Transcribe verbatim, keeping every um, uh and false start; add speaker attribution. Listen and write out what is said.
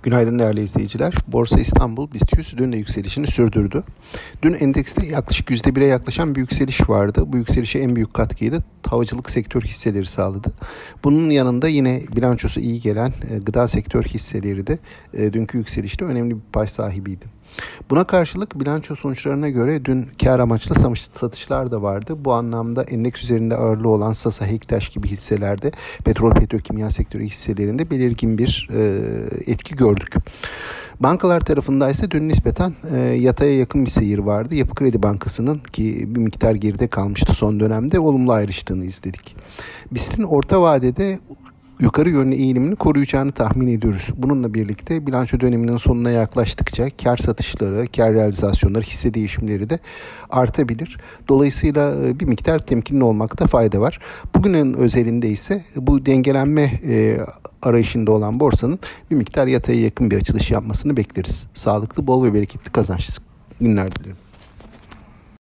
Speaker 1: Günaydın değerli izleyiciler. Borsa İstanbul BIST yüz dün de yükselişini sürdürdü. Dün endekste yaklaşık yüzde bire yaklaşan bir yükseliş vardı. Bu yükselişe en büyük katkıyı da havacılık sektör hisseleri sağladı. Bunun yanında yine bilançosu iyi gelen e, gıda sektör hisseleri de e, dünkü yükselişte önemli bir pay sahibiydi. Buna karşılık bilanço sonuçlarına göre dün kar amaçlı satışlar da vardı. Bu anlamda endeks üzerinde ağırlığı olan Sasa, Hektaş gibi hisselerde, petrol petrokimya sektörü hisselerinde belirgin bir e, etki gördük. Bankalar tarafında ise dün nispeten e, yataya yakın bir seyir vardı. Yapı Kredi Bankası'nın ki bir miktar geride kalmıştı son dönemde olumlu ayrıştığını izledik. BIST'in orta vadede yukarı yönlü eğilimini koruyacağını tahmin ediyoruz. Bununla birlikte bilanço döneminin sonuna yaklaştıkça kar satışları, kar realizasyonları, hisse değişimleri de artabilir. Dolayısıyla bir miktar temkinli olmakta fayda var. Bugünün özelinde ise bu dengelenme e, arayışında olan borsanın bir miktar yataya yakın bir açılış yapmasını bekleriz. Sağlıklı, bol ve bereketli kazançlı günler dilerim.